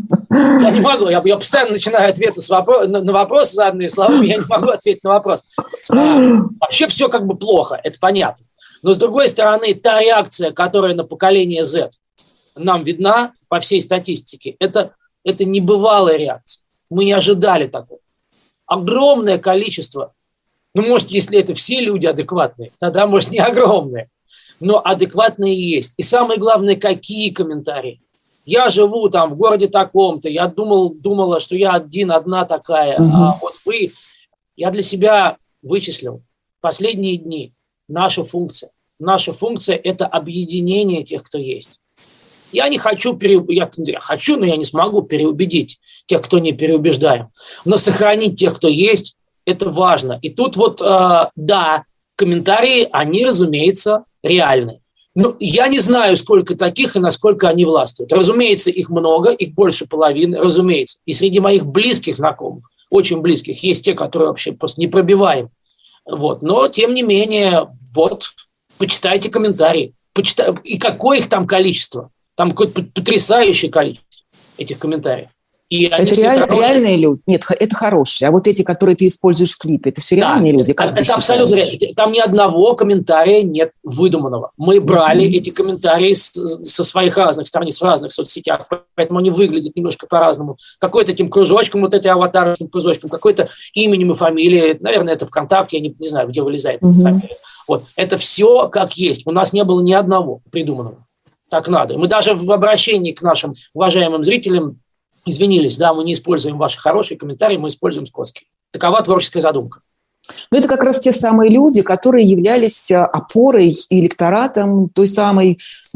Я не могу. Я, я постоянно начинаю ответы с вопро- на, на вопросы, заданные словами, я не могу ответить на вопрос. Вообще все как бы плохо, это понятно. Но с другой стороны, та реакция, которая на поколение Z нам видна по всей статистике, это, это небывалая реакция. Мы не ожидали такого. Огромное количество. Ну, может, если это все люди адекватные, тогда, может, не огромные, но адекватные есть. И самое главное, какие комментарии. Я живу там в городе таком-то, я думал, думала, что я один, одна такая, угу. А вот вы... Я для себя вычислил последние дни наша функция. Наша функция – это объединение тех, кто есть. Я не хочу, пере... я, я хочу, но я не смогу переубедить тех, кто не переубеждаем. Но сохранить тех, кто есть, это важно. И тут вот, э, да, комментарии, они, разумеется, реальны. Но я не знаю, сколько таких и насколько они властвуют. Разумеется, их много, их больше половины, разумеется. И среди моих близких знакомых, очень близких, есть те, которые вообще просто непробиваемы. Вот. Но, тем не менее, вот, почитайте комментарии. Почитай... И какое их там количество? Там какое-то потрясающее количество этих комментариев. И это реаль, реальные люди? Нет, это хорошие. А вот эти, которые ты используешь в клипе, это все реальные да, люди? Как это абсолютно реально. Там ни одного комментария нет выдуманного. Мы брали mm-hmm. эти комментарии с, со своих разных страниц в разных соцсетях, поэтому они выглядят немножко по-разному. Какой-то этим кружочком, вот этой аватарским кружочком, какой-то именем и фамилией. Наверное, это ВКонтакте, я не, не знаю, где вылезает mm-hmm. фамилия. Вот. Это все как есть. У нас не было ни одного придуманного. Так надо. Мы даже в обращении к нашим уважаемым зрителям извинились, да, мы не используем ваши хорошие комментарии, мы используем скотские. Такова творческая задумка. Ну, это как раз те самые люди, которые являлись опорой и электоратом той самой,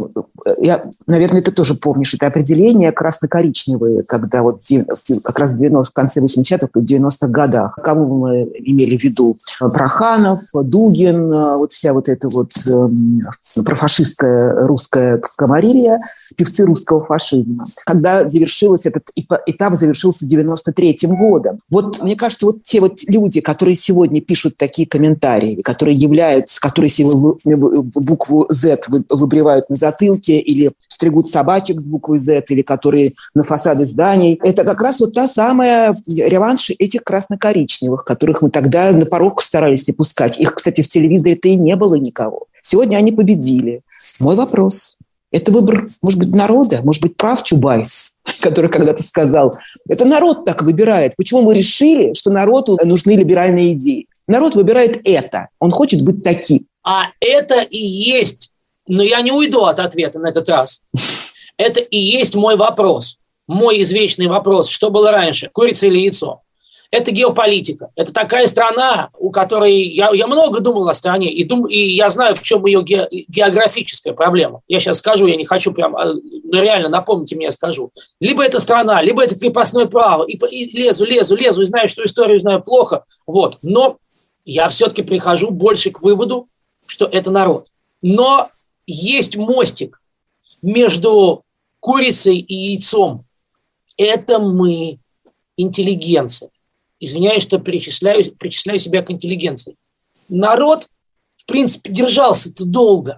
я, наверное, ты тоже помнишь это определение, красно-коричневые, когда вот как раз в, девяностых, в конце восьмидесятых и девяностых годах. Кого мы имели в виду? Проханов, Дугин, вот вся вот эта вот э, профашистская русская комарилья, певцы русского фашизма. Когда завершился этот этап, завершился девяносто третьим годом. Вот, мне кажется, вот те вот люди, которые сегодня пишут такие комментарии, которые являются, которые себе букву Z выбривают на затылке или стригут собачек с буквой Z, или которые на фасады зданий. Это как раз вот та самая реванш этих красно-коричневых, которых мы тогда на порог старались не пускать. Их, кстати, в телевизоре-то и не было никого. Сегодня они победили. Мой вопрос. Это выбор, может быть, народа, может быть, прав Чубайс, который когда-то сказал, это народ так выбирает. Почему мы решили, что народу нужны либеральные идеи? Народ выбирает это. Он хочет быть таким. А это и есть, но я не уйду от ответа на этот раз. Это и есть мой вопрос, мой извечный вопрос. Что было раньше, курица или яйцо? Это геополитика. Это такая страна, у которой... Я, я много думал о стране, и, дум, и я знаю, в чем ее ге, географическая проблема. Я сейчас скажу, я не хочу прям... Но реально, напомните мне, я скажу. Либо это страна, либо это крепостное право. И, и лезу, лезу, лезу, и знаю, что историю знаю плохо. Вот. Но я все-таки прихожу больше к выводу, что это народ. Но есть мостик между курицей и яйцом. Это мы, интеллигенция. Извиняюсь, что причисляю, причисляю себя к интеллигенции. Народ, в принципе, держался-то долго.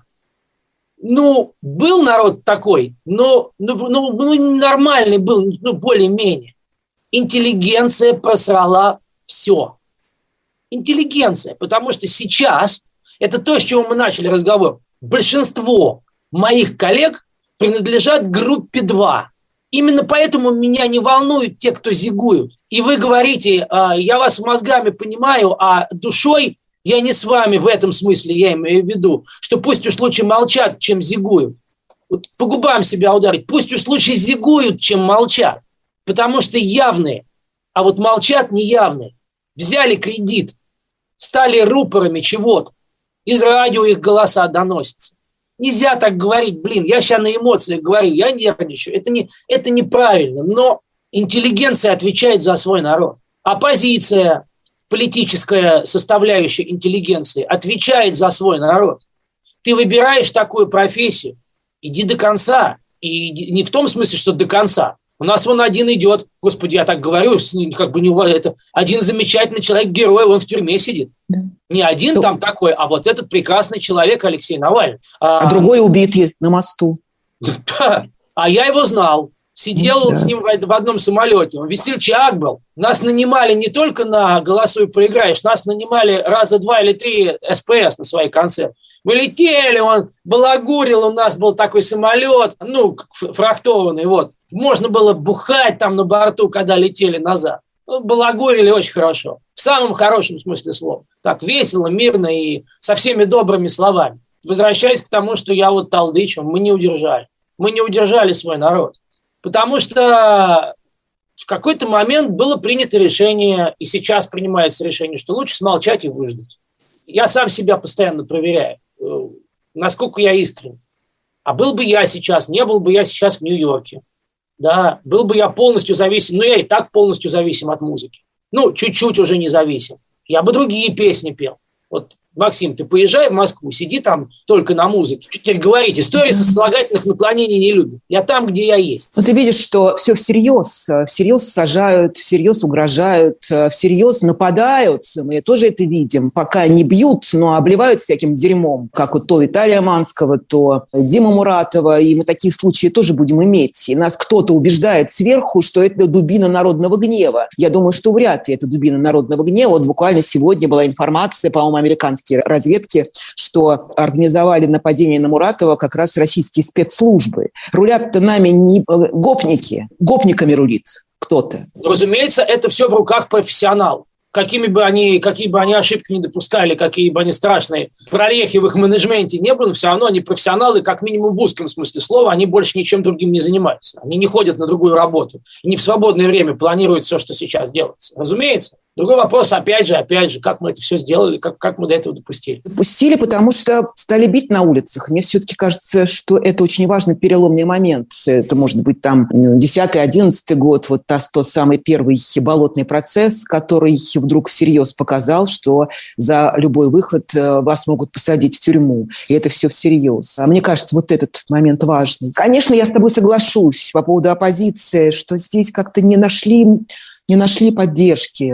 Ну, был народ такой, но ну, ну, ну, нормальный был, ну, более-менее. Интеллигенция просрала все. Интеллигенция, потому что сейчас, это то, с чего мы начали разговор, большинство моих коллег принадлежат группе два. Именно поэтому меня не волнуют те, кто зигуют. И вы говорите, я вас мозгами понимаю, а душой я не с вами в этом смысле, я имею в виду, что пусть уж лучше молчат, чем зигуют. Вот по губам себя ударить. Пусть уж лучше зигуют, чем молчат. Потому что явные, а вот молчат неявные. Взяли кредит, стали рупорами чего-то. Из радио их голоса доносятся. Нельзя так говорить, блин, я сейчас на эмоциях говорю, я нервничаю. Это, не, это неправильно, но интеллигенция отвечает за свой народ. Оппозиция, политическая составляющая интеллигенции, отвечает за свой народ. Ты выбираешь такую профессию, иди до конца. И не в том смысле, что до конца. У нас вон один идет, господи, я так говорю, как бы не это один замечательный человек, герой, он в тюрьме сидит. Да. Не один То... там такой, а вот этот прекрасный человек Алексей Навальный. А, а другой убитый на мосту. Да, а я его знал. Сидел да. с ним в одном самолете. Он весельчак был. Нас нанимали не только на «Голосуй, проиграешь», нас нанимали раза два или три СПС на свои концерты. Мы летели, он балагурил, у нас был такой самолет, ну, фрахтованный, вот. Можно было бухать там на борту, когда летели назад. Ну, балагурили очень хорошо. В самом хорошем смысле слова. Так весело, мирно и со всеми добрыми словами. Возвращаясь к тому, что я вот толдычу, мы не удержали. Мы не удержали свой народ. Потому что в какой-то момент было принято решение, и сейчас принимается решение, что лучше смолчать и выждать. Я сам себя постоянно проверяю, насколько я искренен. А был бы я сейчас, не был бы я сейчас в Нью-Йорке, да, был бы я полностью зависим, ну, я и так полностью зависим от музыки. Ну, чуть-чуть уже не зависим. Я бы другие песни пел. Вот, Максим, ты поезжай в Москву, сиди там только на музыке. Что теперь говорить? Истории сослагательных наклонений не любят. Я там, где я есть. Но ты видишь, что все всерьез. Всерьез сажают, всерьез угрожают, всерьез нападают. Мы тоже это видим. Пока не бьют, но обливают всяким дерьмом. Как вот то Виталия Манского, то Дима Муратова. И мы такие случаи тоже будем иметь. И нас кто-то убеждает сверху, что это дубина народного гнева. Я думаю, что вряд ли это дубина народного гнева. Вот буквально сегодня была информация, по-моему, американские разведки, что организовали нападение на Муратова как раз российские спецслужбы. Рулят-то нами не гопники, гопниками рулит кто-то. Разумеется, это все в руках профессионалов. Какими бы они, какие бы они ошибки не допускали, какие бы они страшные прорехи в их менеджменте не было, все равно они профессионалы, как минимум в узком смысле слова, они больше ничем другим не занимаются. Они не ходят на другую работу. И не в свободное время планируют все, что сейчас делается. Разумеется. Другой вопрос, опять же, опять же, как мы это все сделали, как, как мы до этого допустили. Допустили, потому что стали бить на улицах. Мне все-таки кажется, что это очень важный переломный момент. Это может быть там десятый-одиннадцатый год, вот тот самый первый болотный процесс, который вдруг всерьез показал, что за любой выход вас могут посадить в тюрьму. И это все всерьез. Мне кажется, вот этот момент важный. Конечно, я с тобой соглашусь по поводу оппозиции, что здесь как-то не нашли... не нашли поддержки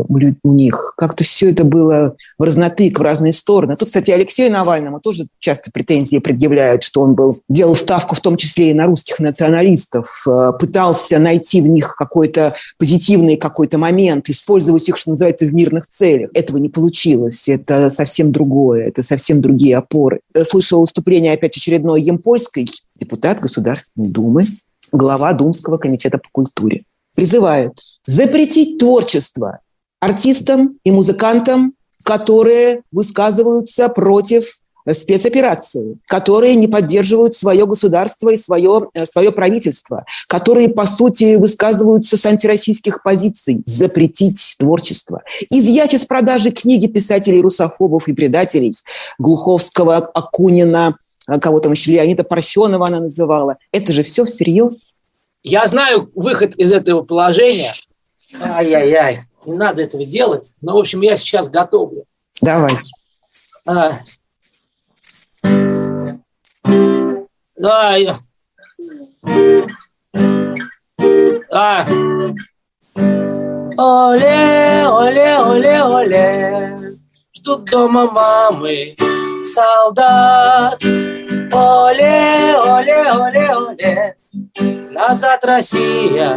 у них. Как-то все это было в разнотык, в разные стороны. Тут, кстати, Алексею Навальному тоже часто претензии предъявляют, что он был, делал ставку в том числе и на русских националистов, пытался найти в них какой-то позитивный какой-то момент, использовать их, что называется, в мирных целях. Этого не получилось. Это совсем другое. Это совсем другие опоры. Слышала выступление опять очередной Емпольской, депутат Государственной Думы, глава Думского комитета по культуре. Призывает запретить творчество артистам и музыкантам, которые высказываются против спецоперации, которые не поддерживают свое государство и свое, свое правительство, которые, по сути, высказываются с антироссийских позиций. Запретить творчество. Изъять из продажи книги писателей-русофобов и предателей Глуховского, Акунина, кого там еще, Леонида Парфенова она называла. Это же все всерьез. Я знаю выход из этого положения. Ай-яй-яй, не надо этого делать. Но, в общем, я сейчас готовлю. Давай. А. Да, я... А. Оле, оле, оле, оле, ждут дома мамы солдат. Оле, оле, оле, оле, назад, Россия,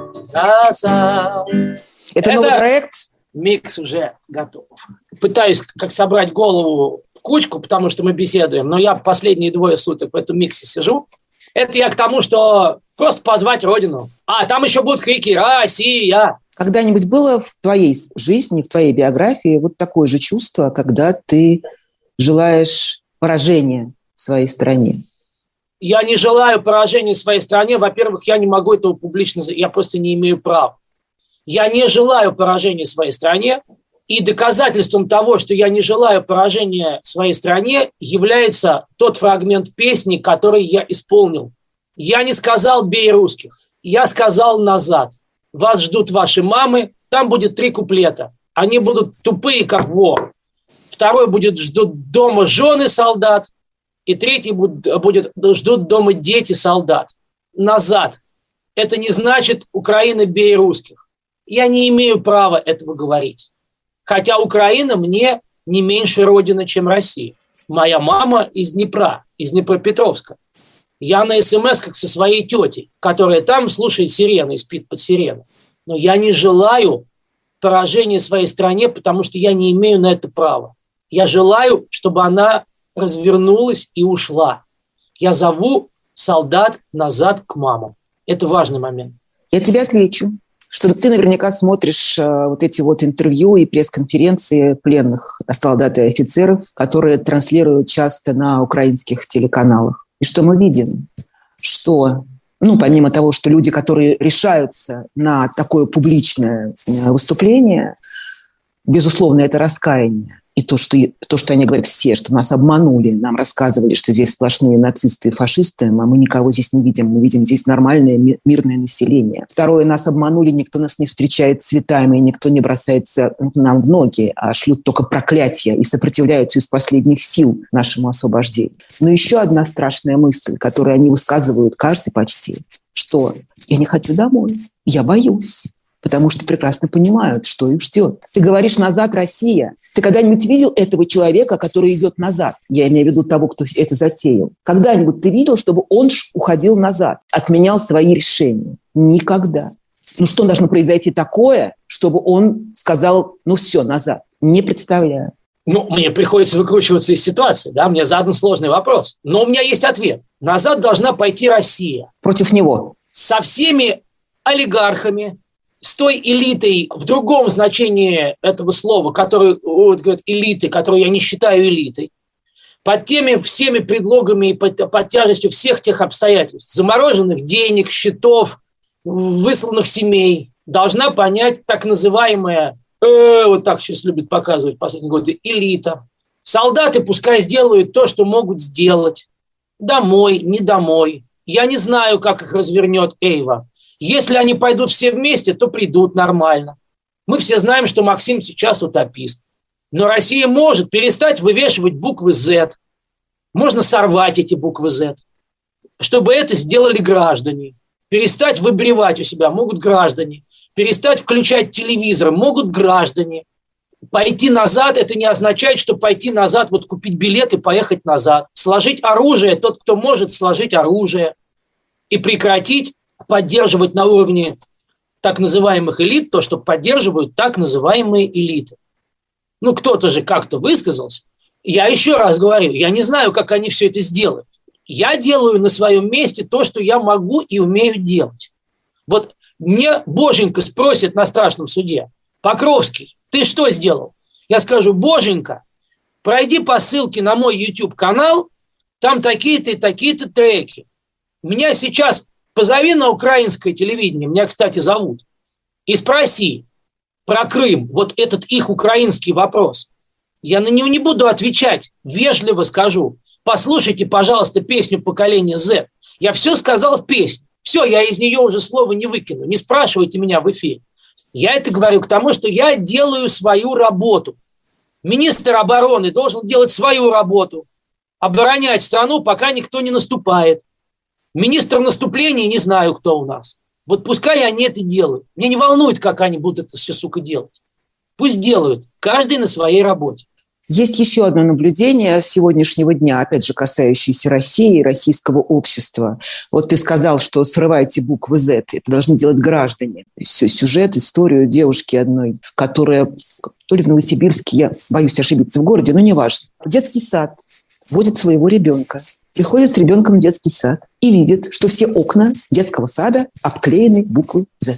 назад. Это, Это новый проект? Микс уже готов. Пытаюсь как собрать голову в кучку, потому что мы беседуем, но я последние двое суток в этом миксе сижу. Это я к тому, что просто позвать Родину. А, там еще будут крики «Россия!». Когда-нибудь было в твоей жизни, в твоей биографии вот такое же чувство, когда ты желаешь поражения своей стране? Я не желаю поражения своей стране. Во-первых, я не могу этого публично... Я просто не имею права. Я не желаю поражения своей стране. И доказательством того, что я не желаю поражения своей стране, является тот фрагмент песни, который я исполнил. Я не сказал «бей русских». Я сказал «назад». Вас ждут ваши мамы. Там будет три куплета. Они будут тупые, как вор. Второй будет «ждут дома жены солдат». И третий будет «ждут дома дети солдат». Назад. Это не значит «Украина, бей русских». Я не имею права этого говорить. Хотя Украина мне не меньше родина, чем Россия. Моя мама из Днепра, из Днепропетровска. Я на смс-ках со своей тетей, которая там слушает сирены и спит под сирену. Но я не желаю поражения своей стране, потому что я не имею на это права. Я желаю, чтобы она развернулась и ушла. Я зову солдат назад к мамам. Это важный момент. Я тебе отвечу, что ты наверняка смотришь э, вот эти вот интервью и пресс-конференции пленных солдат и офицеров, которые транслируют часто на украинских телеканалах. И что мы видим? Что, ну, помимо того, что люди, которые решаются на такое публичное выступление, безусловно, это раскаяние. И то что, то, что они говорят все, что нас обманули, нам рассказывали, что здесь сплошные нацисты и фашисты, а мы никого здесь не видим. Мы видим здесь нормальное мирное население. Второе, нас обманули, никто нас не встречает цветами, никто не бросается нам в ноги, а шлют только проклятия и сопротивляются из последних сил нашему освобождению. Но еще одна страшная мысль, которую они высказывают, каждый почти, что я не хочу домой, я боюсь. Потому что прекрасно понимают, что их ждет. Ты говоришь «назад, Россия». Ты когда-нибудь видел этого человека, который идет назад? Я имею в виду того, кто это затеял. Когда-нибудь ты видел, чтобы он уходил назад, отменял свои решения? Никогда. Ну что должно произойти такое, чтобы он сказал «ну все, назад»? Не представляю. Ну, мне приходится выкручиваться из ситуации, да, мне задан сложный вопрос. Но у меня есть ответ. Назад должна пойти Россия. Против него? Со всеми олигархами, с той элитой, в другом значении этого слова, который, вот, говорят, элиты, которую я не считаю элитой, под теми всеми предлогами и под, под тяжестью всех тех обстоятельств, замороженных денег, счетов, высланных семей, должна понять так называемая, э, вот так сейчас любят показывать в последние годы, элита. Солдаты пускай сделают то, что могут сделать. Домой, не домой. Я не знаю, как их развернет Эйва. Если они пойдут все вместе, то придут нормально. Мы все знаем, что Максим сейчас утопист. Но Россия может перестать вывешивать буквы Z. Можно сорвать эти буквы Z. Чтобы это сделали граждане. Перестать выбривать у себя могут граждане. Перестать включать телевизор могут граждане. Пойти назад – это не означает, что пойти назад, вот купить билет и поехать назад. Сложить оружие – тот, кто может сложить оружие. И прекратить поддерживать на уровне так называемых элит то, что поддерживают так называемые элиты. Ну, кто-то же как-то высказался. Я еще раз говорю, я не знаю, как они все это сделают. Я делаю на своем месте то, что я могу и умею делать. Вот мне Боженька спросит на страшном суде: Покровский, ты что сделал? Я скажу: Боженька, пройди по ссылке на мой YouTube-канал, там такие-то и такие-то треки. Меня сейчас позови на украинское телевидение, меня, кстати, зовут, и спроси про Крым, вот этот их украинский вопрос. Я на него не буду отвечать, вежливо скажу: послушайте, пожалуйста, песню поколения Z. Я все сказал в песне, все, я из нее уже слова не выкину, не спрашивайте меня в эфире. Я это говорю к тому, что я делаю свою работу. Министр обороны должен делать свою работу, оборонять страну, пока никто не наступает. Министр наступления не знаю, кто у нас. Вот пускай они это делают. Меня не волнует, как они будут это все, сука, делать. Пусть делают. Каждый на своей работе. Есть еще одно наблюдение сегодняшнего дня, опять же, касающееся России и российского общества. Вот ты сказал, что срывайте буквы Z. Это должны делать граждане. Сюжет, историю девушки одной, которая то ли в Новосибирске, я боюсь ошибиться в городе, но неважно. В детский сад водит своего ребенка. Приходит с ребенком в детский сад и видит, что все окна детского сада обклеены буквой Z.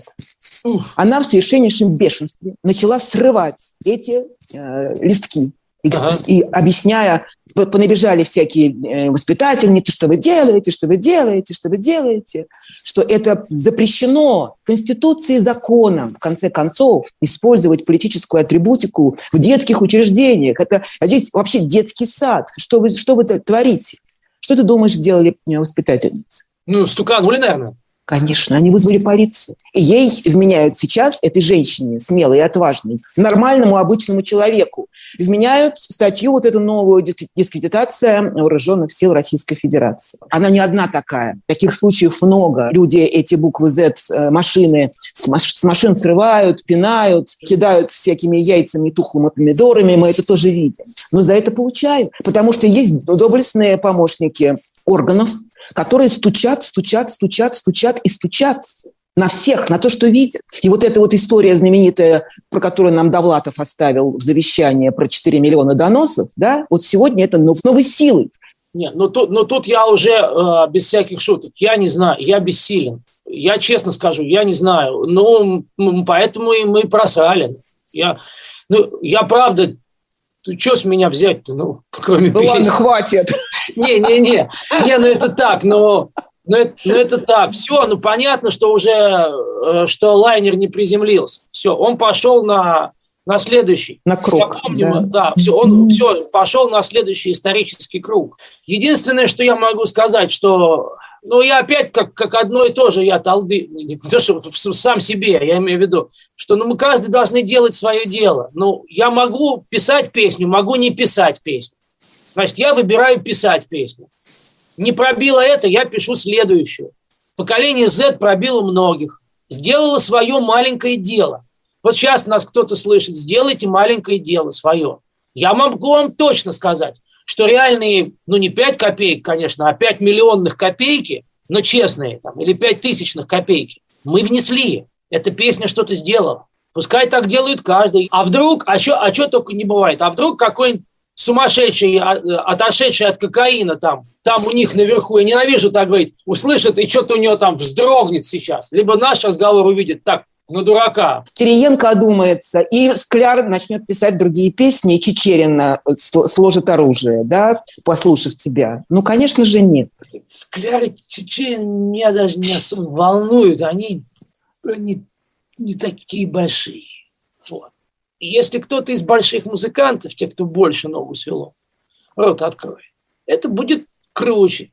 Она в совершеннейшем бешенстве начала срывать эти э, листки. И, ага. и объясняя, понабежали всякие воспитательницы, что вы делаете, что вы делаете, что вы делаете, что это запрещено Конституцией и законом, в конце концов, использовать политическую атрибутику в детских учреждениях. Это, а здесь вообще детский сад. Что вы, что вы творите? Что ты думаешь, сделали воспитательницы? Ну, стуканули, наверное. Конечно, они вызвали полицию. И ей вменяют сейчас, этой женщине, смелой и отважной, нормальному обычному человеку, вменяют статью вот эту новую дискредитация вооруженных сил Российской Федерации. Она не одна такая. Таких случаев много. Люди эти буквы Z, машины, с машин срывают, пинают, кидают всякими яйцами, тухлыми помидорами. Мы это тоже видим. Но за это получают. Потому что есть доблестные помощники органов, которые стучат, стучат, стучат, стучат и стучат на всех, на то, что видят. И вот эта вот история знаменитая, про которую нам Довлатов оставил в завещании, про четыре миллиона доносов, да, вот сегодня это ну, новой силой. Нет, ну тут, ну тут я уже э, без всяких шуток, я не знаю, я бессилен. Я честно скажу, я не знаю. Ну, поэтому и мы просрали. Я, ну, я правда... Что с меня взять-то? Ну, кроме да ладно, хватит. Не-не-не. Не, ну это так, но... Ну это, ну, это так. Все, ну, понятно, что уже, что лайнер не приземлился. Все, он пошел на, на следующий. На круг. Я помню, да, да все, он все, пошел на следующий исторический круг. Единственное, что я могу сказать, что... Ну, я опять, как, как одно и то же, я талды, не то, что сам себе, я имею в виду, что ну, мы каждый должны делать свое дело. Ну, я могу писать песню, могу не писать песню. Значит, я выбираю писать песню. Не пробило это, я пишу следующую. Поколение Z пробило многих. Сделало свое маленькое дело. Вот сейчас нас кто-то слышит, сделайте маленькое дело свое. Я могу вам точно сказать, что реальные, ну не пять копеек, конечно, а пять миллионных копейки, но честные, там, или пять тысячных копейки, мы внесли. Эта песня что-то сделала. Пускай так делает каждый. А вдруг, а что а что только не бывает, а вдруг какой-нибудь сумасшедший, отошедший от кокаина там, там у них наверху, я ненавижу так говорить, услышит и что-то у него там вздрогнет сейчас. Либо наш разговор увидит так, на дурака. Кириенко одумается, и Скляр начнет писать другие песни, и Чичерина сложит оружие, да, послушав тебя. Ну, конечно же, нет. Скляр и Чичерин меня даже не особо волнуют, они не, не такие большие. Вот. И если кто-то из больших музыкантов, те, кто больше ногу свело, рот откроет, это будет круче.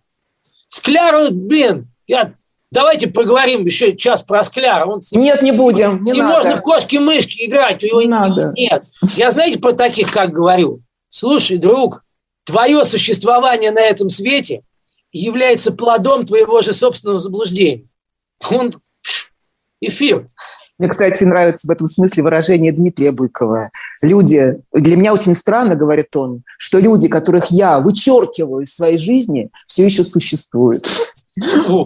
Скляр, блин, я... Давайте поговорим еще час про Скляра. Он... Нет, не будем, не, не надо. можно в кошки-мышки играть, у него не надо. Нет. Я знаете про таких, как говорю? Слушай, друг, твое существование на этом свете является плодом твоего же собственного заблуждения. Он эфир. Мне, кстати, нравится в этом смысле выражение Дмитрия Быкова. Люди, для меня очень странно, говорит он, что люди, которых я вычеркиваю из своей жизни, все еще существуют. О,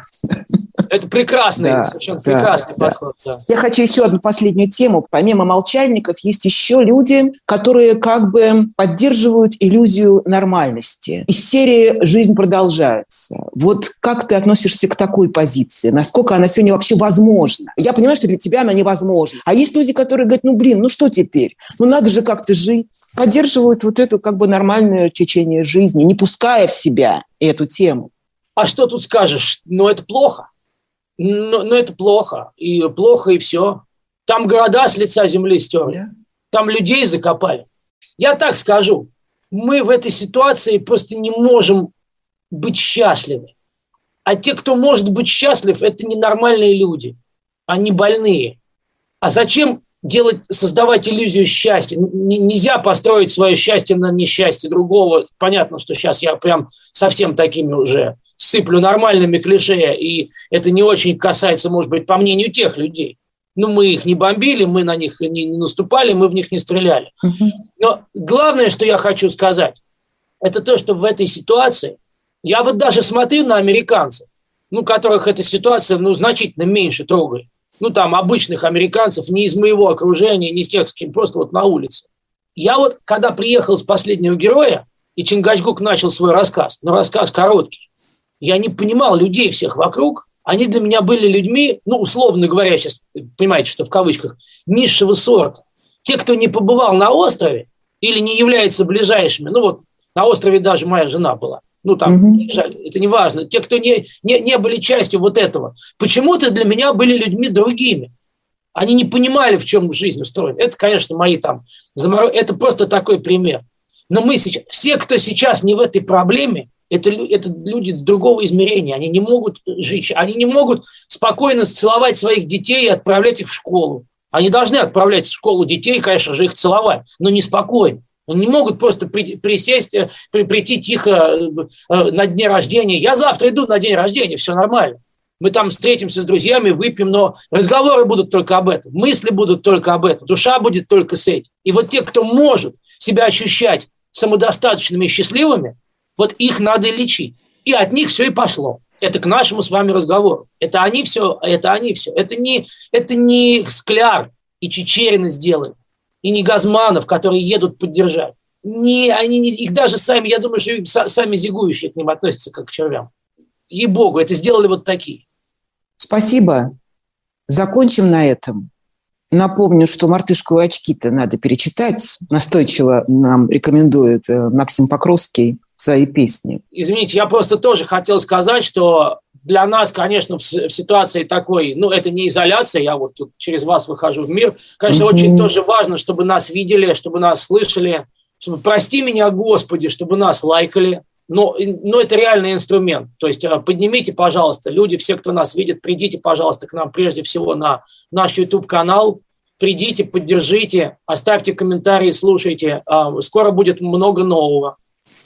это прекрасный, да, совершенно да, прекрасный да. подход. Да. Я хочу еще одну последнюю тему. Помимо молчальников есть еще люди, которые как бы поддерживают иллюзию нормальности. Из серии «Жизнь продолжается». Вот как ты относишься к такой позиции? Насколько она сегодня вообще возможна? Я понимаю, что для тебя она невозможна. А есть люди, которые говорят, ну блин, ну что теперь? Ну надо же как-то жить. Поддерживают вот эту как бы нормальное течение жизни, не пуская в себя эту тему. А что тут скажешь? Ну, это плохо. Ну, ну это плохо. И плохо, и все. Там города с лица земли стерли. Yeah. Там людей закопали. Я так скажу. Мы в этой ситуации просто не можем быть счастливы. А те, кто может быть счастлив, это ненормальные люди. Они больные. А зачем делать, создавать иллюзию счастья? Н- нельзя построить свое счастье на несчастье другого. Понятно, что сейчас я прям совсем такими уже сыплю нормальными клише, и это не очень касается, может быть, по мнению тех людей. Ну, мы их не бомбили, мы на них не наступали, мы в них не стреляли. Но главное, что я хочу сказать, это то, что в этой ситуации, я вот даже смотрю на американцев, ну, которых эта ситуация, ну, значительно меньше трогает. Ну, там, обычных американцев, не из моего окружения, не из тех, с кем просто вот на улице. Я вот, когда приехал с «Последнего героя», и Чингачгук начал свой рассказ, но рассказ короткий, я не понимал людей всех вокруг, они для меня были людьми, ну, условно говоря, сейчас, понимаете, что в кавычках, низшего сорта. Те, кто не побывал на острове или не является ближайшими, ну, вот на острове даже моя жена была, ну, там, mm-hmm. это не важно, те, кто не, не, не были частью вот этого, почему-то для меня были людьми другими. Они не понимали, в чем жизнь устроена. Это, конечно, мои там заморозки. Это просто такой пример. Но мы сейчас, все, кто сейчас не в этой проблеме, это, это люди с другого измерения. Они не могут жить, они не могут спокойно целовать своих детей и отправлять их в школу. Они должны отправлять в школу детей, конечно же, их целовать, но не спокойно. Они не могут просто при, присесть, при, прийти тихо на дне рождения. Я завтра иду на день рождения, все нормально. Мы там встретимся с друзьями, выпьем, но разговоры будут только об этом, мысли будут только об этом, душа будет только с этим. И вот те, кто может себя ощущать самодостаточными и счастливыми, вот их надо лечить. И от них все и пошло. Это к нашему с вами разговору. Это они все, это они все. Это не, это не Скляр и Чичерина сделали, и не Газманов, которые едут поддержать. Не, они не, их даже сами, я думаю, что сами зигующие к ним относятся как к червям. Ей-богу, это сделали вот такие. Спасибо. Закончим на этом. Напомню, что «Мартышку и очки»-то надо перечитать. Настойчиво нам рекомендует Максим Покровский в своей песне. Извините, я просто тоже хотел сказать, что для нас, конечно, в ситуации такой, ну, это не изоляция, я вот тут через вас выхожу в мир, конечно, mm-hmm. очень тоже важно, чтобы нас видели, чтобы нас слышали, чтобы, прости меня, Господи, чтобы нас лайкали. Но, но это реальный инструмент. То есть поднимите, пожалуйста, люди, все, кто нас видит, придите, пожалуйста, к нам прежде всего на наш YouTube-канал. Придите, поддержите, оставьте комментарии, слушайте. Скоро будет много нового.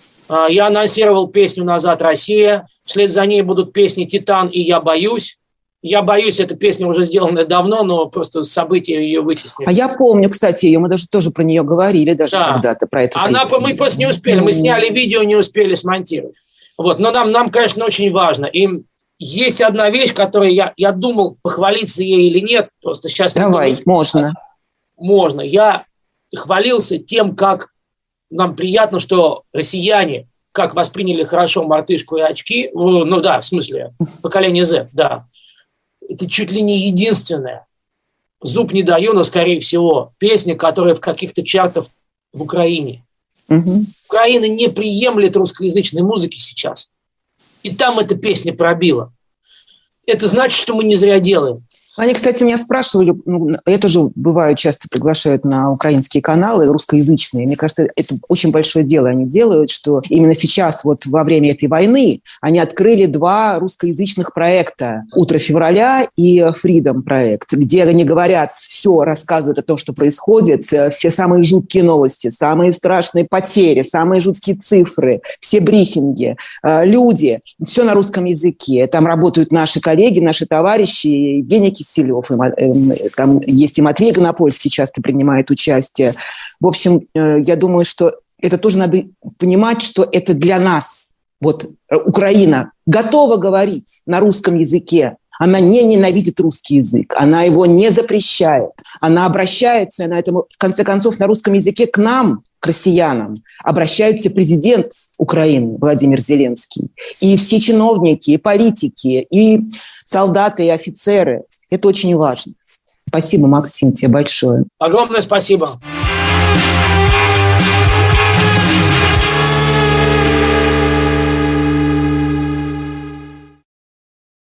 Я анонсировал песню «Назад, Россия». Вслед за ней будут песни «Титан» и «Я боюсь». «Я боюсь» – эта песня уже сделана давно, но просто события ее вытеснили. А я помню, кстати, ее, мы даже тоже про нее говорили, даже да. когда-то про эту Она, песню. Мы просто не успели, мы сняли видео, не успели смонтировать. Вот. Но нам, нам, конечно, очень важно. И есть одна вещь, которую я, я думал, похвалиться ей или нет, просто сейчас... Давай, думаю, можно. Можно. Я хвалился тем, как нам приятно, что россияне, как восприняли хорошо «Мартышку и очки», ну да, в смысле, поколение Z, да. Это чуть ли не единственная, зуб не даю, но, скорее всего, песня, которая в каких-то чартах в Украине. Угу. Украина не приемлет русскоязычной музыки сейчас. И там эта песня пробила. Это значит, что мы не зря делаем. Они, кстати, меня спрашивали, ну, я тоже бываю, часто приглашают на украинские каналы русскоязычные. Мне кажется, это очень большое дело они делают, что именно сейчас, вот во время этой войны, они открыли два русскоязычных проекта «Утро февраля» и «Freedom» проект, где они говорят, все рассказывают о том, что происходит, все самые жуткие новости, самые страшные потери, самые жуткие цифры, все брифинги, люди, все на русском языке. Там работают наши коллеги, наши товарищи, Евгений Киселев, и, там есть и Матвей Гонопольский часто принимает участие. В общем, я думаю, что это тоже надо понимать, что это для нас. Вот Украина готова говорить на русском языке. Она не ненавидит русский язык, она его не запрещает. Она обращается на этом, в конце концов, на русском языке к нам, к россиянам. Обращается президент Украины Владимир Зеленский. И все чиновники, и политики, и солдаты, и офицеры. Это очень важно. Спасибо, Максим, тебе большое. Огромное спасибо.